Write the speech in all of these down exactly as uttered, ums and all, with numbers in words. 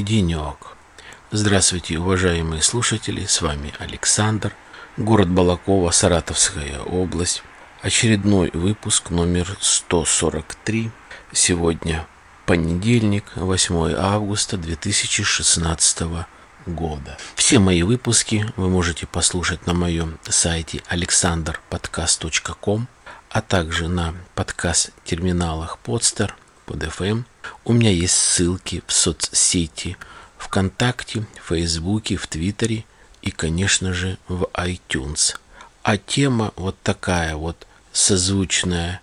денек. Здравствуйте, уважаемые слушатели, с вами Александр, город Балаково, Саратовская область. Очередной выпуск номер сто сорок три. Сегодня понедельник, восьмое августа две тысячи шестнадцатого года. Все мои выпуски вы можете послушать на моем сайте александр подкаст точка ком, а также на подкаст-терминалах Podster, под эф эм. У меня есть ссылки в соцсети ВКонтакте, в Фейсбуке, в Твиттере и, конечно же, в iTunes. А тема вот такая вот созвучная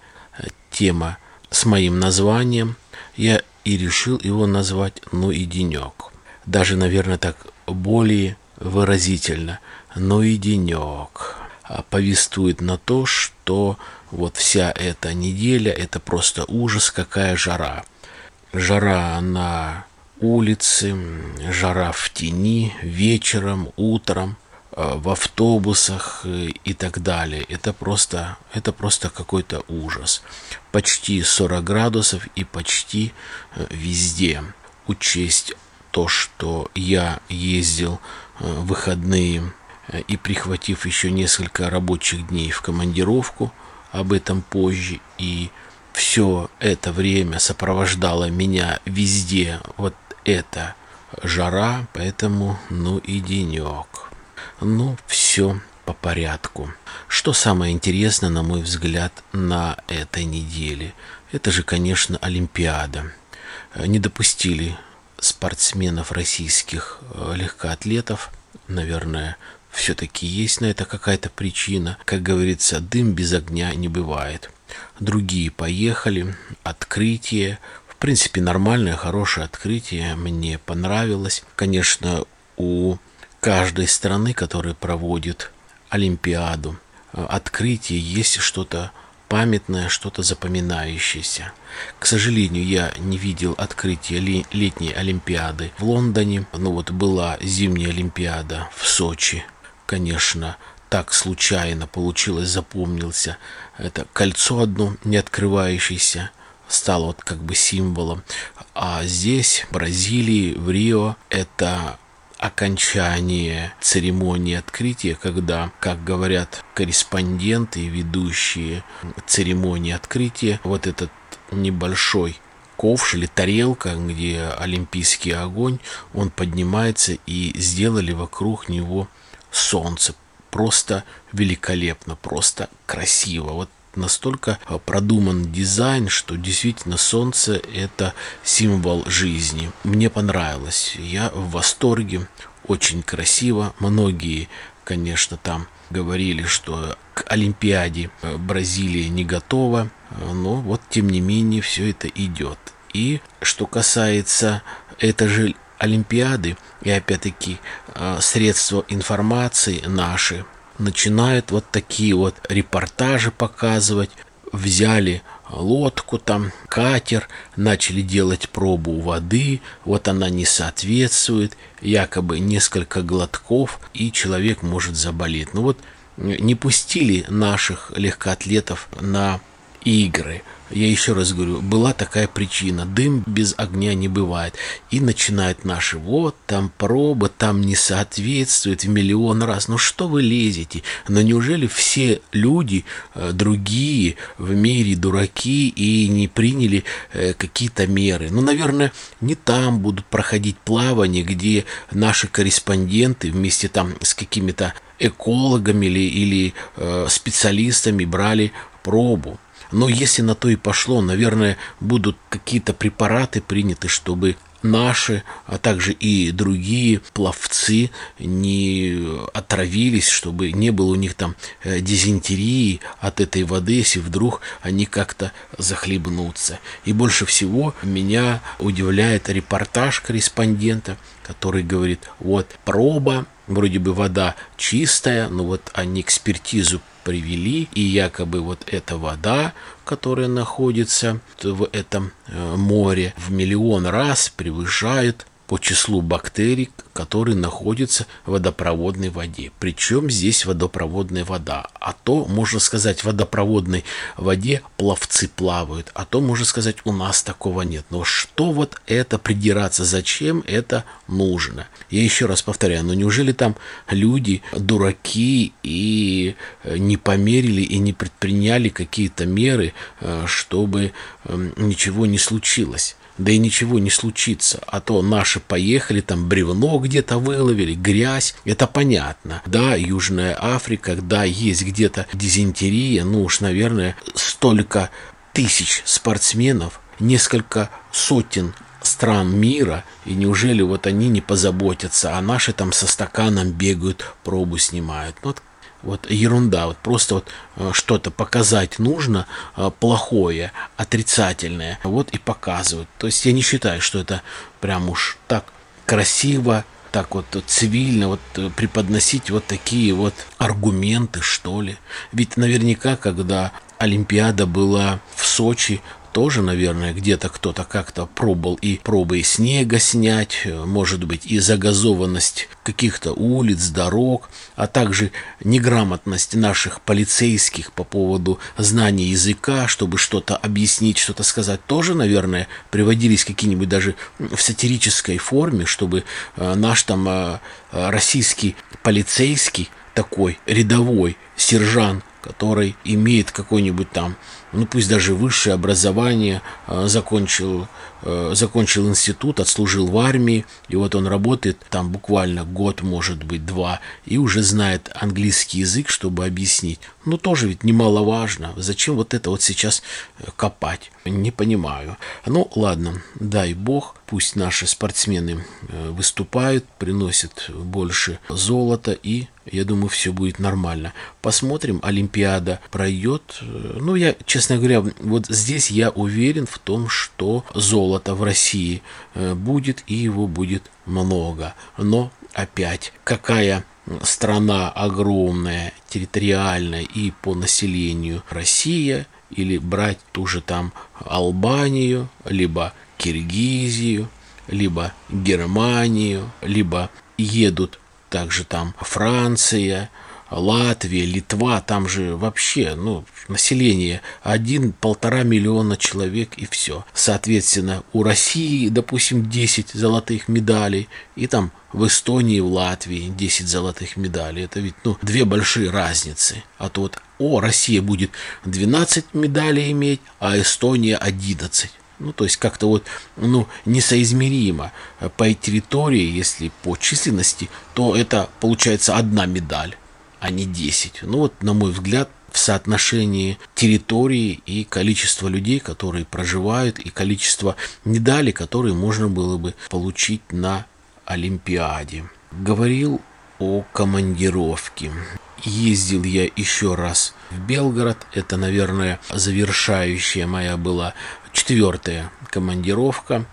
тема с моим названием. Я и решил его назвать «Ну и денек». Даже, наверное, так более выразительно. «Ну и денек». Повествует на то, что вот вся эта неделя — это просто ужас, какая жара. Жара на улице, жара в тени, вечером, утром, в автобусах и так далее. Это просто, это просто какой-то ужас. Почти сорок градусов и почти везде. Учесть то, что я ездил в выходные и, прихватив еще несколько рабочих дней в командировку, об этом позже, и все это время сопровождала меня везде вот эта жара, поэтому ну и денек. Ну, все по порядку. Что самое интересное, на мой взгляд, на этой неделе? Это же, конечно, Олимпиада. Не допустили спортсменов российских легкоатлетов, наверное, все-таки есть на это какая-то причина. Как говорится, дым без огня не бывает. Другие поехали. Открытие. В принципе, нормальное, хорошее открытие. Мне понравилось. Конечно, у каждой страны, которая проводит Олимпиаду, открытие есть что-то памятное, что-то запоминающееся. К сожалению, я не видел открытия летней Олимпиады в Лондоне. Но вот была зимняя Олимпиада в Сочи. Конечно, так случайно получилось, запомнился. Это кольцо одно не открывающееся стало вот как бы символом. А здесь, в Бразилии, в Рио, это окончание церемонии открытия, когда, как говорят корреспонденты и ведущие церемонии открытия, вот этот небольшой ковш или тарелка, где олимпийский огонь, он поднимается, и сделали вокруг него солнце. Просто великолепно, просто красиво. Вот настолько продуман дизайн, что действительно солнце — это символ жизни. Мне понравилось. Я в восторге. Очень красиво. Многие, конечно, там говорили, что к Олимпиаде Бразилия не готова. Но вот, тем не менее, все это идет. И что касается этой же Олимпиады, и опять-таки средства информации наши начинают вот такие вот репортажи показывать. Взяли лодку, там катер, начали делать пробу воды, вот она не соответствует, якобы несколько глотков, и человек может заболеть. Ну вот не пустили наших легкоатлетов на игры. Я еще раз говорю, была такая причина. Дым без огня не бывает. И начинают наши, вот там проба, там не соответствует в миллион раз. Ну что вы лезете? Но неужели все люди э, другие в мире дураки и не приняли э, какие-то меры? Ну, наверное, не там будут проходить плавания, где наши корреспонденты вместе там с какими-то экологами или, или э, специалистами брали пробу. Но если на то и пошло, наверное, будут какие-то препараты приняты, чтобы наши, а также и другие пловцы не отравились, чтобы не было у них там дизентерии от этой воды, если вдруг они как-то захлебнутся. И больше всего меня удивляет репортаж корреспондента, который говорит, вот проба, вроде бы вода чистая, но вот они экспертизу привели, и якобы вот эта вода, которая находится в этом море, в миллион раз превышает по числу бактерий, которые находятся в водопроводной воде. Причем здесь водопроводная вода. А то, можно сказать, в водопроводной воде пловцы плавают. А то, можно сказать, у нас такого нет. Но что вот это придираться? Зачем это нужно? Я еще раз повторяю, ну неужели там люди дураки и не померили и не предприняли какие-то меры, чтобы ничего не случилось? Да и ничего не случится. А то наши поехали, там бревно где-то выловили, грязь. Это понятно. Да, Южная Африка, да, есть где-то дизентерия. Ну уж, наверное, столько тысяч спортсменов, несколько сотен стран мира. И неужели вот они не позаботятся? А наши там со стаканом бегают, пробу снимают. Ну, вот Вот ерунда, вот просто вот что-то показать нужно плохое, отрицательное, вот и показывают. То есть я не считаю, что это прям уж так красиво, так вот цивильно вот преподносить вот такие вот аргументы, что ли. Ведь наверняка, когда Олимпиада была в Сочи, тоже, наверное, где-то кто-то как-то пробовал и пробы и снега снять, может быть, и загазованность каких-то улиц, дорог, а также неграмотность наших полицейских по поводу знания языка, чтобы что-то объяснить, что-то сказать, тоже, наверное, приводились какие-нибудь даже в сатирической форме, чтобы наш там российский полицейский, такой рядовой сержант, который имеет какой-нибудь там, ну пусть даже высшее образование, закончил, закончил институт, отслужил в армии, и вот он работает там буквально год, может быть, два, и уже знает английский язык, чтобы объяснить. Ну, тоже ведь немаловажно. Зачем вот это вот сейчас копать? Не понимаю. Ну, ладно, дай бог, пусть наши спортсмены выступают, приносят больше золота, и я думаю, все будет нормально. Посмотрим, Олимпиада пройдет. Ну, я, честно говоря, вот здесь я уверен в том, что золото в России будет, и его будет много. Но опять, какая страна огромная, территориальная и по населению Россия, или брать ту же там Албанию, либо Киргизию, либо Германию, либо едут также там Франция, Латвия, Литва, там же вообще, ну, население один-полтора миллиона человек и все. Соответственно, у России, допустим, десять золотых медалей, и там в Эстонии, в Латвии десять золотых медалей. Это ведь, ну, две большие разницы. А то вот, о, Россия будет двенадцать медалей иметь, а Эстония одиннадцать. Ну, то есть как-то вот, ну, несоизмеримо по территории, если по численности, то это получается одна медаль, а не десять. Ну, вот, на мой взгляд, в соотношении территории и количества людей, которые проживают, и количество медалей, которые можно было бы получить на Олимпиаде. Говорил о командировке. Ездил я еще раз в Белгород. Это, наверное, завершающая моя была четвертая командировка,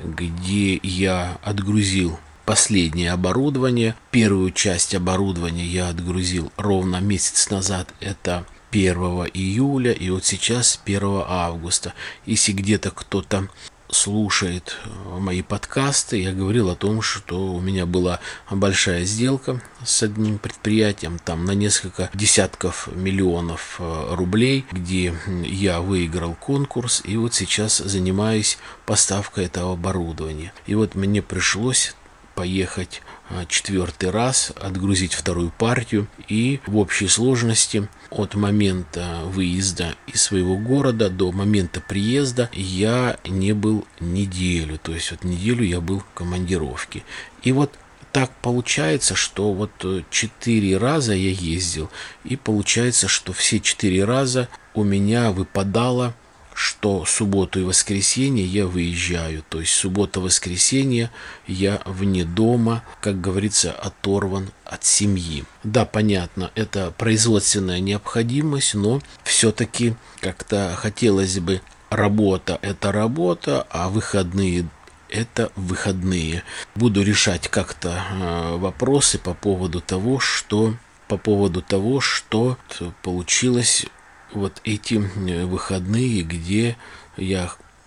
где я отгрузил последнее оборудование. Первую часть оборудования я отгрузил ровно месяц назад. Это первого июля, и вот сейчас первого августа. Если где-то кто-то слушает мои подкасты, я говорил о том, что у меня была большая сделка с одним предприятием, там на несколько десятков миллионов рублей, где я выиграл конкурс, и вот сейчас занимаюсь поставкой этого оборудования. И вот мне пришлось поехать четвертый раз, отгрузить вторую партию, и в общей сложности от момента выезда из своего города до момента приезда я не был неделю, то есть вот неделю я был в командировке. И вот так получается, что вот четыре раза я ездил, и получается, что все четыре раза у меня выпадало, что субботу и воскресенье я выезжаю. То есть суббота-воскресенье я вне дома, как говорится, оторван от семьи. Да, понятно, это производственная необходимость, но все-таки как-то хотелось бы, работа – это работа, а выходные – это выходные. Буду решать как-то э, вопросы по поводу того, что, по поводу того, что получилось вот эти выходные, где я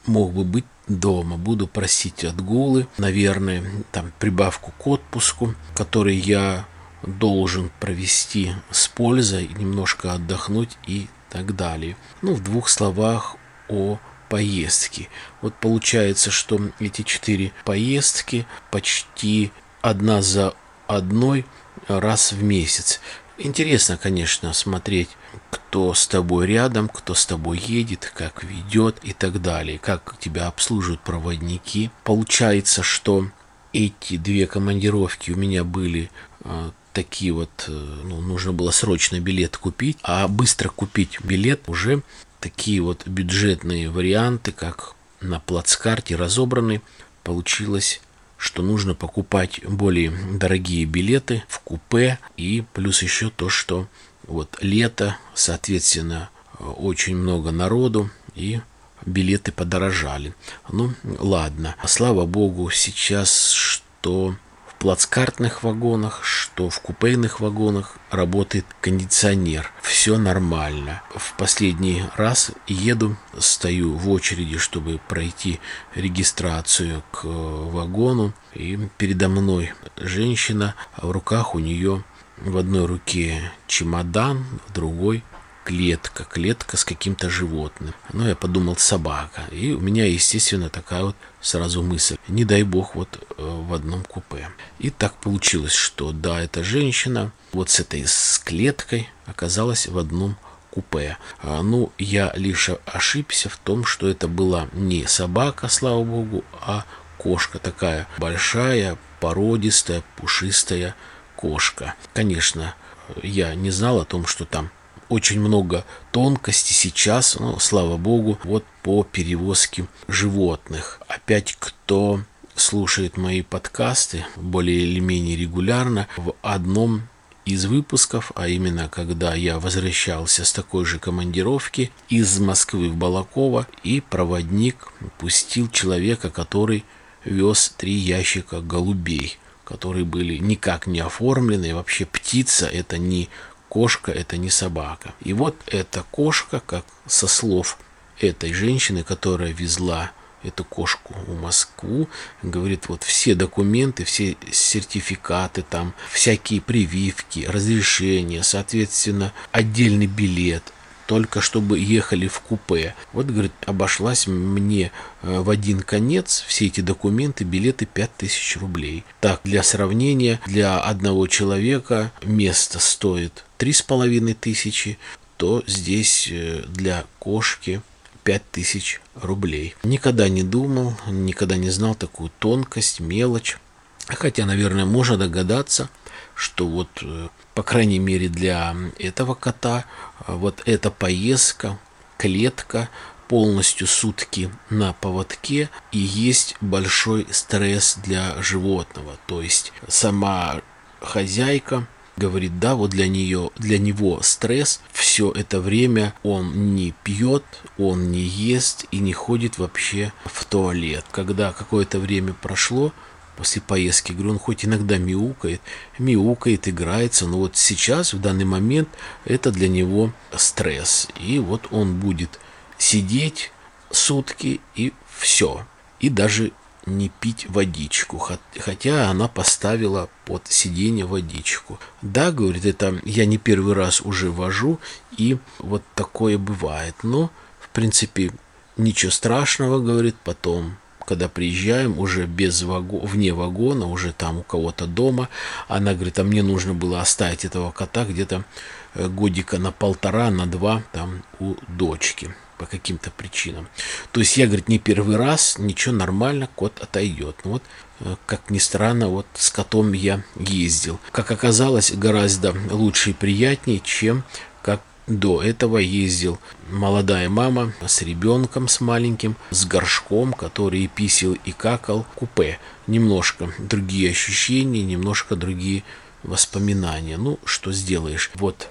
мог бы быть дома. Буду просить отгулы, наверное, там прибавку к отпуску, который я должен провести с пользой, немножко отдохнуть и так далее. Ну, в двух словах о поездке. Вот получается, что эти четыре поездки почти одна за одной раз в месяц. Интересно, конечно, смотреть, кто с тобой рядом, кто с тобой едет, как ведет и так далее, как тебя обслуживают проводники. Получается, что эти две командировки у меня были э, такие вот, э, ну, нужно было срочно билет купить, а быстро купить билет уже такие вот бюджетные варианты, как на плацкарте разобраны, получилось, что нужно покупать более дорогие билеты в купе, и плюс еще то, что вот лето, соответственно, очень много народу, и билеты подорожали. Ну, ладно. Слава богу, сейчас что в плацкартных вагонах, что в купейных вагонах работает кондиционер. Все нормально. В последний раз еду, стою в очереди, чтобы пройти регистрацию к вагону, и передо мной женщина, а в руках у нее в одной руке чемодан, в другой клетка, клетка с каким-то животным. Ну, я подумал, собака. И у меня, естественно, такая вот сразу мысль. Не дай бог, вот в одном купе. И так получилось, что да, эта женщина вот с этой с клеткой оказалась в одном купе. А, ну, я лишь ошибся в том, что это была не собака, слава богу, а кошка такая большая, породистая, пушистая кошка. Конечно, я не знал о том, что там очень много тонкостей сейчас, ну, слава богу, вот по перевозке животных. Опять, кто слушает мои подкасты более или менее регулярно, в одном из выпусков, а именно когда я возвращался с такой же командировки из Москвы в Балаково, и проводник пустил человека, который вез три ящика голубей, которые были никак не оформлены. И вообще птица — это не кошка, это не собака. И вот эта кошка, как со слов этой женщины, которая везла эту кошку в Москву, говорит, вот все документы, все сертификаты, там всякие прививки, разрешения, соответственно, отдельный билет, только чтобы ехали в купе. Вот, говорит, обошлась мне в один конец все эти документы, билеты пять тысяч рублей. Так, для сравнения, для одного человека место стоит три с половиной тысячи, то здесь для кошки пять тысяч рублей. Никогда не думал, никогда не знал такую тонкость, мелочь. Хотя, наверное, можно догадаться, что вот, по крайней мере, для этого кота вот эта поездка, клетка, полностью сутки на поводке, и есть большой стресс для животного. То есть сама хозяйка говорит, да, вот для нее, для него стресс. Все это время он не пьет, он не ест и не ходит вообще в туалет. Когда какое-то время прошло после поездки, говорю, он хоть иногда мяукает, мяукает, играется, но вот сейчас, в данный момент, это для него стресс. И вот он будет сидеть сутки и все. И даже не пить водичку, хотя она поставила под сиденье водичку. Да, говорит, это я не первый раз уже вожу, и вот такое бывает. Но, в принципе, ничего страшного, говорит, потом, когда приезжаем, уже без вагона, вне вагона, уже там у кого-то дома, она говорит, а мне нужно было оставить этого кота где-то годика на полтора, на два там у дочки по каким-то причинам. То есть я, говорит, не первый раз, ничего, нормально, кот отойдет. Ну вот, как ни странно, вот с котом я ездил. Как оказалось, гораздо лучше и приятнее, чем как до этого ездил молодая мама с ребенком, с маленьким, с горшком, который и писал, и какал, купе. Немножко другие ощущения, немножко другие воспоминания. Ну, что сделаешь. Вот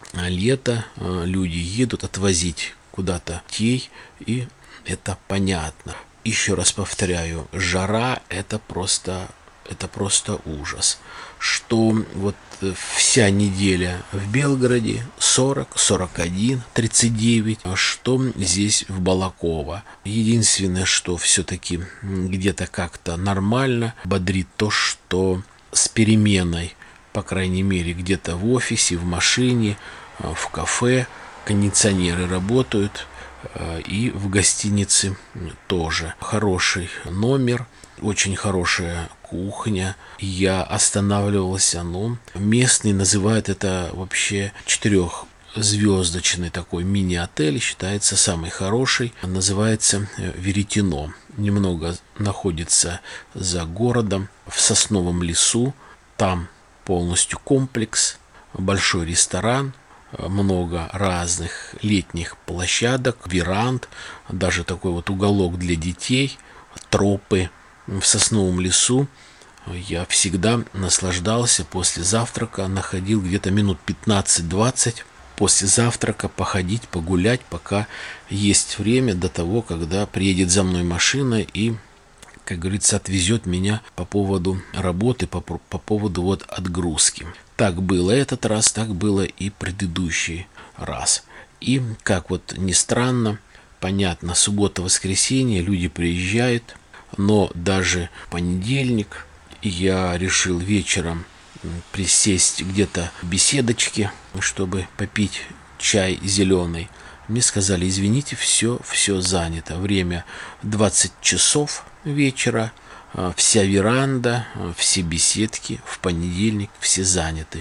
лето, люди едут отвозить куда-то детей, и это понятно. Еще раз повторяю, жара — это просто это просто ужас. Что вот вся неделя в Белгороде сорок, сорок один, тридцать девять, что здесь в Балаково. Единственное, что все-таки где-то как-то нормально бодрит то, что с переменой, по крайней мере, где-то в офисе, в машине, в кафе кондиционеры работают, и в гостинице тоже. Хороший номер, очень хорошая кухня. Я останавливался, ну, местные называют это вообще четырехзвездочный такой мини-отель, считается самый хороший. Называется Веретено. Немного находится за городом, в сосновом лесу. Там полностью комплекс, большой ресторан, много разных летних площадок, веранд, даже такой вот уголок для детей, тропы в сосновом лесу. Я всегда наслаждался после завтрака, находил где-то минут пятнадцать-двадцать после завтрака походить, погулять, пока есть время до того, когда приедет за мной машина и, как говорится, отвезет меня по поводу работы, по, по поводу вот отгрузки. Так было этот раз, так было и предыдущий раз. И, как вот ни странно, понятно, суббота-воскресенье, люди приезжают, но даже в понедельник я решил вечером присесть где-то в беседочке, чтобы попить чай зеленый. Мне сказали: извините, все, все занято. Время двадцать часов вечера, вся веранда, все беседки в понедельник, все заняты.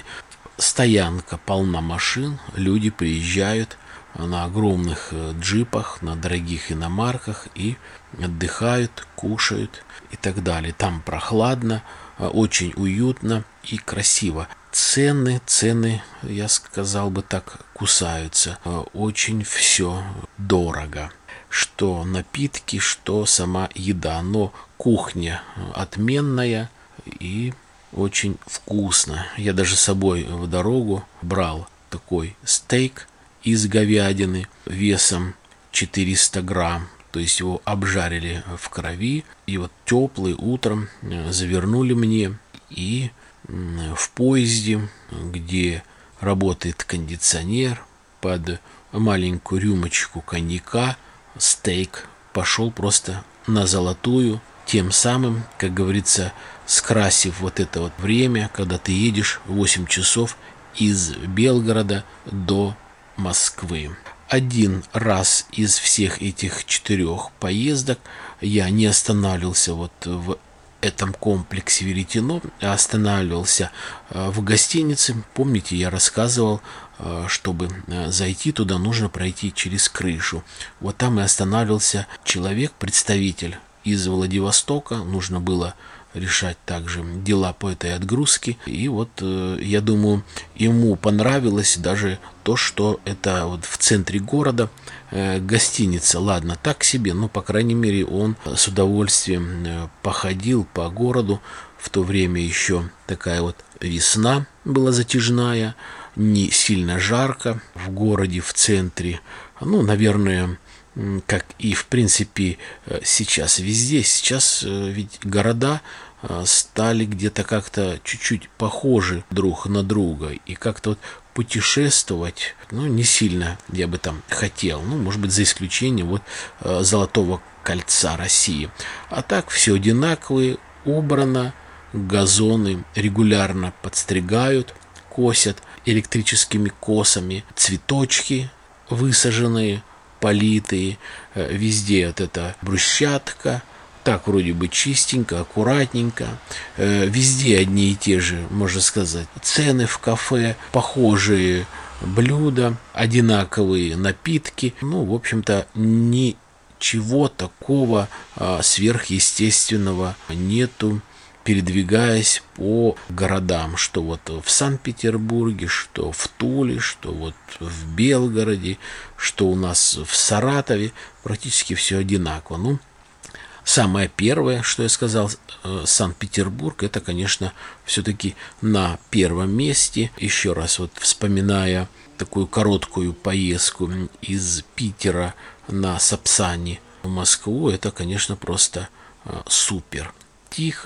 Стоянка полна машин, люди приезжают на огромных джипах, на дорогих иномарках и отдыхают, кушают и так далее. Там прохладно, очень уютно и красиво. Цены, цены, я сказал бы так, кусаются. Очень все дорого. Что напитки, что сама еда. Но кухня отменная и очень вкусно. Я даже с собой в дорогу брал такой стейк из говядины весом четыреста грамм. То есть его обжарили в крови. И вот теплый утром завернули мне. И в поезде, где работает кондиционер, под маленькую рюмочку коньяка стейк пошел просто на золотую, тем самым, как говорится, скрасив вот это вот время, когда ты едешь восемь часов из Белгорода до Москвы. Один раз из всех этих четырех поездок я не останавливался вот в этом комплексе Веретено, а останавливался в гостинице. Помните, я рассказывал, чтобы зайти туда, нужно пройти через крышу. Вот там и останавливался человек, представитель из Владивостока. Нужно было решать также дела по этой отгрузке. И вот, я думаю, ему понравилось даже то, что это вот в центре города гостиница. Ладно, так себе, но, по крайней мере, он с удовольствием походил по городу. В то время еще такая вот весна была затяжная, не сильно жарко в городе, в центре. Ну, наверное, как и в принципе сейчас везде. Сейчас ведь города стали где-то как-то чуть-чуть похожи друг на друга. И как-то вот путешествовать, ну, не сильно я бы там хотел. Ну, может быть, за исключением вот Золотого кольца России. А так все одинаковые, убрано, газоны регулярно подстригают, косят электрическими косами, цветочки высаженные, политые, везде вот эта брусчатка, так вроде бы чистенько, аккуратненько, везде одни и те же, можно сказать, цены в кафе, похожие блюда, одинаковые напитки, ну, в общем-то, ничего такого сверхъестественного нету, передвигаясь по городам, что вот в Санкт-Петербурге, что в Туле, что вот в Белгороде, что у нас в Саратове, практически все одинаково. Ну, самое первое, что я сказал, Санкт-Петербург, это, конечно, все-таки на первом месте. Еще раз вот вспоминая такую короткую поездку из Питера на Сапсане в Москву, это, конечно, просто супер. Тихо,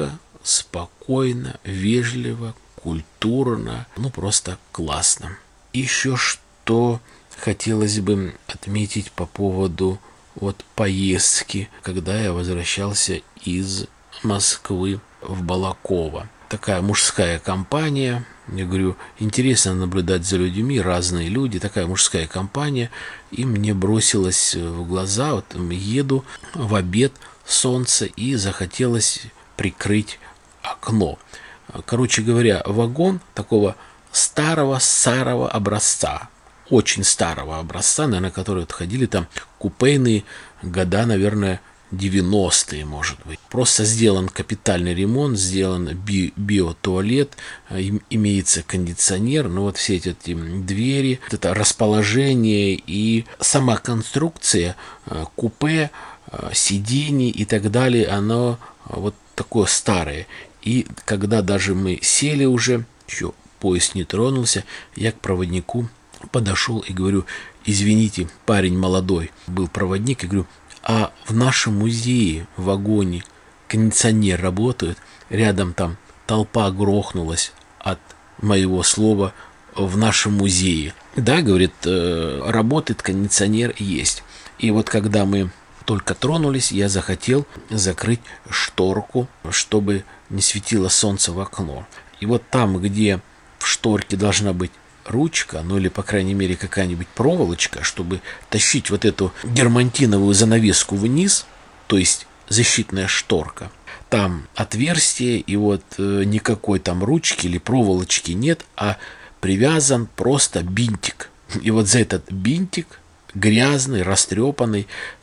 спокойно, вежливо, культурно, ну просто классно. Еще что хотелось бы отметить по поводу вот поездки, когда я возвращался из Москвы в Балаково. Такая мужская компания. Я говорю, интересно наблюдать за людьми, разные люди, такая мужская компания. И мне бросилось в глаза, вот еду в обед, солнце, и захотелось прикрыть окно. Короче говоря, вагон такого старого старого образца, очень старого образца, наверное, которые вот ходили там купейные года, наверное, девяностые, может быть. Просто сделан капитальный ремонт, сделан би- биотуалет, имеется кондиционер, ну вот все эти двери, это расположение и сама конструкция купе, сидений и так далее, оно вот такое старое. И когда даже мы сели уже, еще поезд не тронулся, я к проводнику подошел и говорю, извините, парень молодой, был проводник, и говорю, а в нашем музее в вагоне кондиционер работает, рядом там толпа грохнулась от моего слова в нашем музее. Да, говорит, работает кондиционер, есть. И вот когда мы только тронулись, я захотел закрыть шторку, чтобы не светило солнце в окно. И вот там, где в шторке должна быть ручка, ну или, по крайней мере, какая-нибудь проволочка, чтобы тащить вот эту дермантиновую занавеску вниз, то есть защитная шторка, там отверстие, и вот э, никакой там ручки или проволочки нет, а привязан просто бинтик. И вот за этот бинтик, грязный, растрепанный,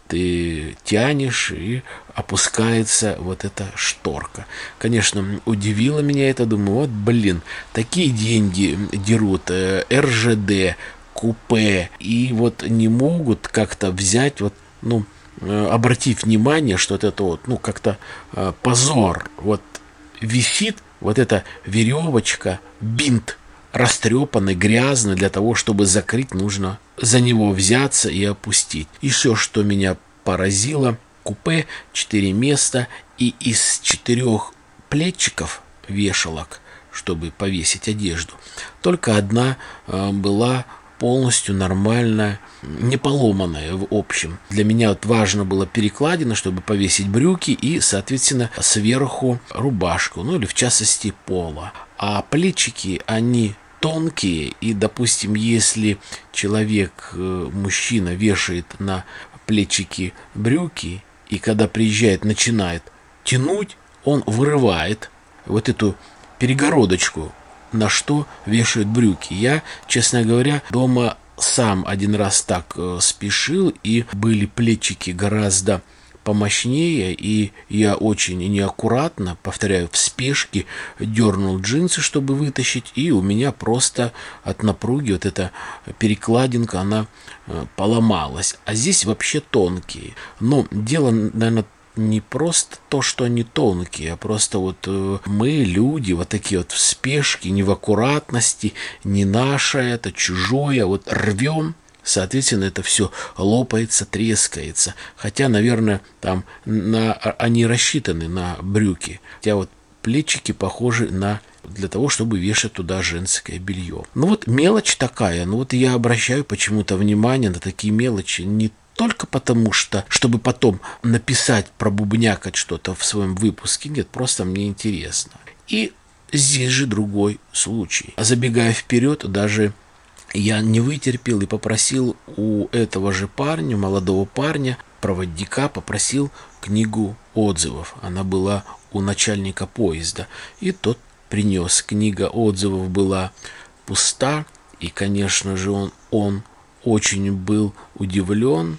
ты тянешь, и опускается вот эта шторка. Конечно, удивило меня это. Думаю, вот, блин, такие деньги дерут эр жэ дэ, купе, и вот не могут как-то взять, вот, ну, обратить внимание, что это вот, ну, как-то э, позор. Вот висит вот эта веревочка, бинт, растрепанный, грязный, для того, чтобы закрыть, нужно за него взяться и опустить. И все, что меня поразило, купе, четыре места, и из четырех плечиков, вешалок, чтобы повесить одежду, только одна э, была полностью нормальная, не поломанная в общем. Для меня вот важно было перекладина, чтобы повесить брюки и, соответственно, сверху рубашку, ну или в частности поло. А плечики, они тонкие, и, допустим, если человек, мужчина, вешает на плечики брюки, и когда приезжает, начинает тянуть, он вырывает вот эту перегородочку, на что вешают брюки. Я, честно говоря, дома сам один раз так э, спешил, и были плечики гораздо помощнее, и я очень неаккуратно, повторяю, в спешке дернул джинсы, чтобы вытащить, и у меня просто от напруги вот эта перекладинка, она э, поломалась. А здесь вообще тонкие. Но дело, наверное, не просто то, что они тонкие, а просто вот э, мы, люди, вот такие вот в спешке, не в аккуратности, не наше, это чужое, вот рвем, соответственно, это все лопается, трескается. Хотя, наверное, там на, они рассчитаны на брюки. Хотя вот плечики похожи на для того, чтобы вешать туда женское белье. Ну вот мелочь такая, ну вот я обращаю почему-то внимание на такие мелочи, не только потому что, чтобы потом написать, пробубнякать что-то в своем выпуске. Нет, просто мне интересно. И здесь же другой случай. Забегая вперед, даже я не вытерпел и попросил у этого же парня, молодого парня, проводника, попросил книгу отзывов. Она была у начальника поезда. И тот принес. Книга отзывов была пуста. И, конечно же, он, он очень был удивлен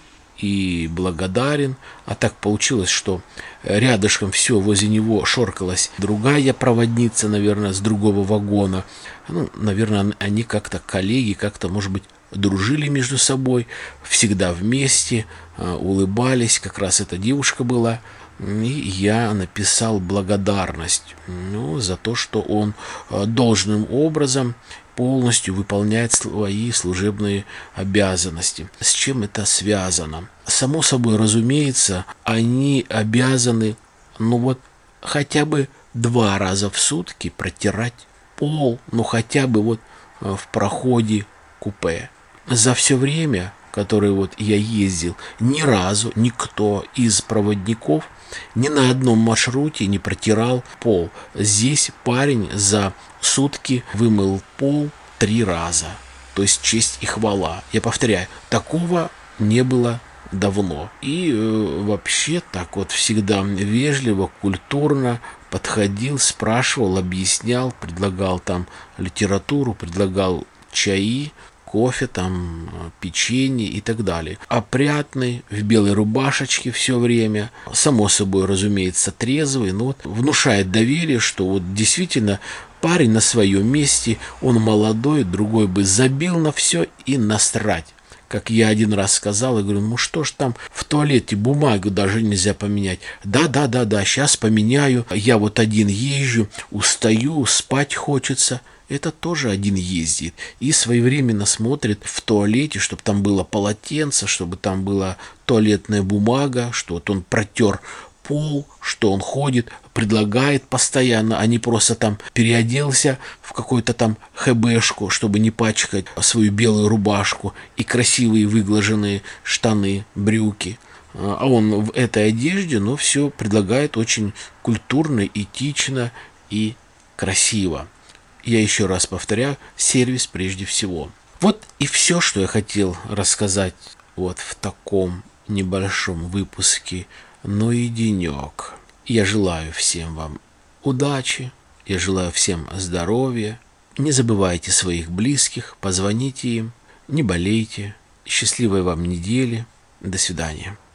и благодарен. А так получилось, что рядышком все возле него шоркалась другая проводница, наверное, с другого вагона. Ну, наверное, они как-то коллеги, как-то, может быть, дружили между собой, всегда вместе, улыбались. Как раз эта девушка была. И я написал благодарность, ну, за то, что он должным образом полностью выполняет свои служебные обязанности. С чем это связано? Само собой разумеется, они обязаны, ну вот, хотя бы два раза в сутки протирать пол, ну хотя бы вот в проходе купе. За все время, которое вот я ездил, ни разу никто из проводников ни на одном маршруте не протирал пол. Здесь парень за сутки вымыл пол три раза. То есть честь и хвала. Я повторяю, такого не было давно. И э, вообще так вот всегда вежливо, культурно подходил, спрашивал, объяснял, предлагал там литературу, предлагал чаи, кофе, там, печенье и так далее. Опрятный, в белой рубашечке все время, само собой, разумеется, трезвый, но вот внушает доверие, что вот действительно парень на своем месте, он молодой, другой бы забил на все и насрать. Как я один раз сказал, я говорю, ну что ж там в туалете бумагу даже нельзя поменять. Да, да, да, да, сейчас поменяю. Я вот один езжу, устаю, спать хочется. Это тоже один ездит и своевременно смотрит в туалете, чтобы там было полотенце, чтобы там была туалетная бумага, что вот он протер пол, что он ходит, предлагает постоянно, а не просто там переоделся в какую-то там хэбэшку, чтобы не пачкать свою белую рубашку и красивые выглаженные штаны, брюки. А он в этой одежде, но все предлагает очень культурно, этично и красиво. Я еще раз повторяю, сервис прежде всего. Вот и все, что я хотел рассказать вот в таком небольшом выпуске. Ну и денек. Я желаю всем вам удачи, я желаю всем здоровья. Не забывайте своих близких, позвоните им, не болейте. Счастливой вам недели. До свидания.